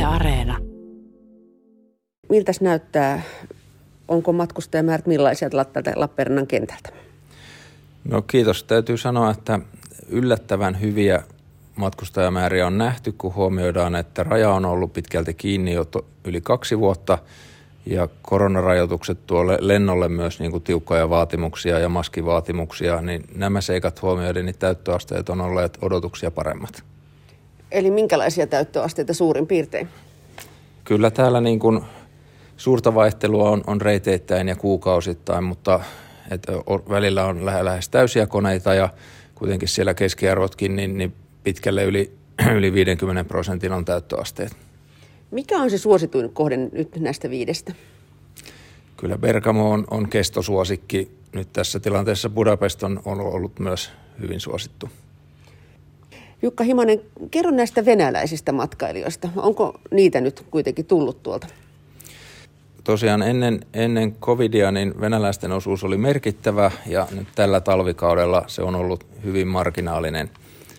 Areena. Miltäs näyttää? Onko matkustajamäärät millaisia tältä Lappeenrannan kentältä? No kiitos. Täytyy sanoa, että yllättävän hyviä matkustajamääriä on nähty, kun huomioidaan, että raja on ollut pitkälti kiinni jo yli 2 vuotta ja koronarajoitukset tuolle lennolle myös niin kuin tiukkoja vaatimuksia ja maskivaatimuksia, niin nämä seikat huomioiden niin täyttöasteet on olleet odotuksia paremmat. Eli minkälaisia täyttöasteita suurin piirtein? Kyllä täällä niin kuin suurta vaihtelua on reiteittäin ja kuukausittain, mutta välillä on lähes täysiä koneita ja kuitenkin siellä keskiarvotkin niin pitkälle yli 50% on täyttöasteet. Mikä on se suosituin kohde nyt näistä 5? Kyllä Bergamo on kestosuosikki. Nyt tässä tilanteessa Budapest on ollut myös hyvin suosittu. Jukka Himanen, kerro näistä venäläisistä matkailijoista. Onko niitä nyt kuitenkin tullut tuolta? Tosiaan ennen covidia niin venäläisten osuus oli merkittävä ja nyt tällä talvikaudella se on ollut hyvin marginaalinen.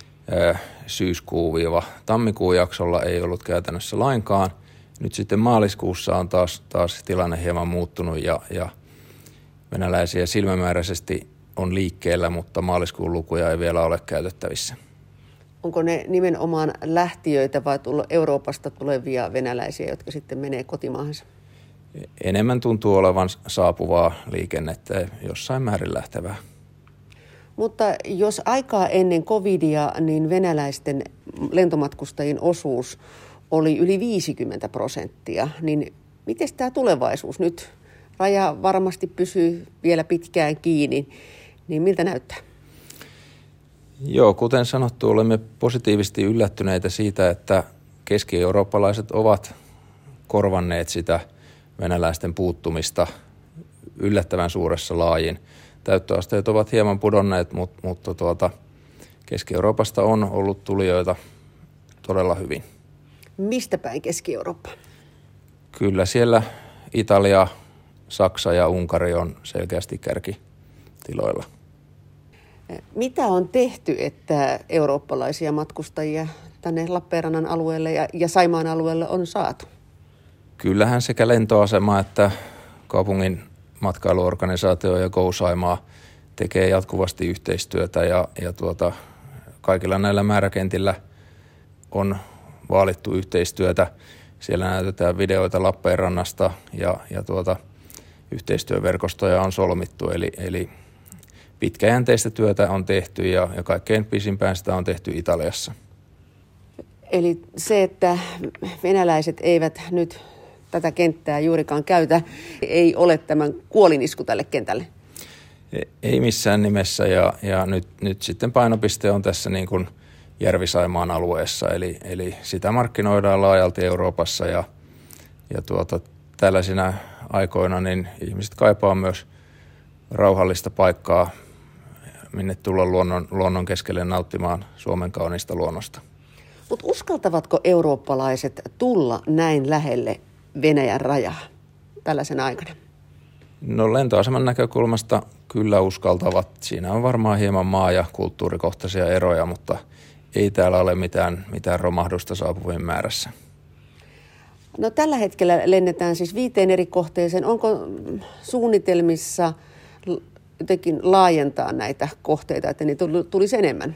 Syyskuu-tammikuun jaksolla ei ollut käytännössä lainkaan. Nyt sitten maaliskuussa on taas tilanne hieman muuttunut ja venäläisiä silmämääräisesti on liikkeellä, mutta maaliskuun lukuja ei vielä ole käytettävissä. Onko ne nimenomaan lähtiöitä vai Euroopasta tulevia venäläisiä, jotka sitten menee kotimaahansa? Enemmän tuntuu olevan saapuvaa liikennettä, jossain määrin lähtevää. Mutta jos aikaa ennen covidia, niin venäläisten lentomatkustajien osuus oli yli 50%, niin miten tämä tulevaisuus nyt? Raja varmasti pysyy vielä pitkään kiinni, niin miltä näyttää? Joo, kuten sanottu, olemme positiivisesti yllättyneitä siitä, että keski-eurooppalaiset ovat korvanneet sitä venäläisten puuttumista yllättävän suuressa laajin. Täyttöasteet ovat hieman pudonneet, mutta Keski-Euroopasta on ollut tulijoita todella hyvin. Mistä päin Keski-Eurooppa? Kyllä siellä Italia, Saksa ja Unkari on selkeästi kärkitiloilla. Mitä on tehty, että eurooppalaisia matkustajia tänne Lappeenrannan alueelle ja Saimaan alueelle on saatu? Kyllähän sekä lentoasema että kaupungin matkailuorganisaatio ja Go Saimaa tekee jatkuvasti yhteistyötä ja kaikilla näillä määräkentillä on vaalittu yhteistyötä. Siellä näytetään videoita Lappeenrannasta ja yhteistyöverkostoja on solmittu, eli pitkäjänteistä työtä on tehty ja kaikkein pisimpään sitä on tehty Italiassa. Eli se, että venäläiset eivät nyt tätä kenttää juurikaan käytä, ei ole tämän kuolinisku tälle kentälle? Ei missään nimessä ja nyt sitten painopiste on tässä niin kuin Järvi-Saimaan alueessa, eli sitä markkinoidaan laajalti Euroopassa ja tällaisina aikoina niin ihmiset kaipaa myös rauhallista paikkaa, minne tulla luonnon keskelle nauttimaan Suomen kauniista luonnosta. Mutta uskaltavatko eurooppalaiset tulla näin lähelle Venäjän rajaa tällaisen aikana? No lentoaseman näkökulmasta kyllä uskaltavat. Siinä on varmaan hieman maa- ja kulttuurikohtaisia eroja, mutta ei täällä ole mitään romahdusta saapuvien määrässä. No tällä hetkellä lennetään siis 5 eri kohteeseen. Onko suunnitelmissa jotenkin laajentaa näitä kohteita, että niitä tulisi enemmän?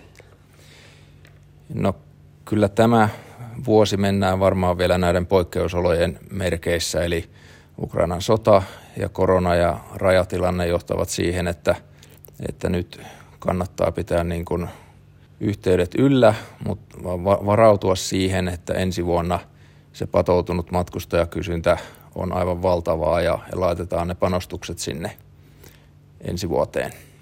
No kyllä tämä vuosi mennään varmaan vielä näiden poikkeusolojen merkeissä, eli Ukrainan sota ja korona ja rajatilanne johtavat siihen, että nyt kannattaa pitää niin kuin yhteydet yllä, mutta varautua siihen, että ensi vuonna se patoutunut matkustajakysyntä on aivan valtavaa ja laitetaan ne panostukset sinne ensi vuoteen.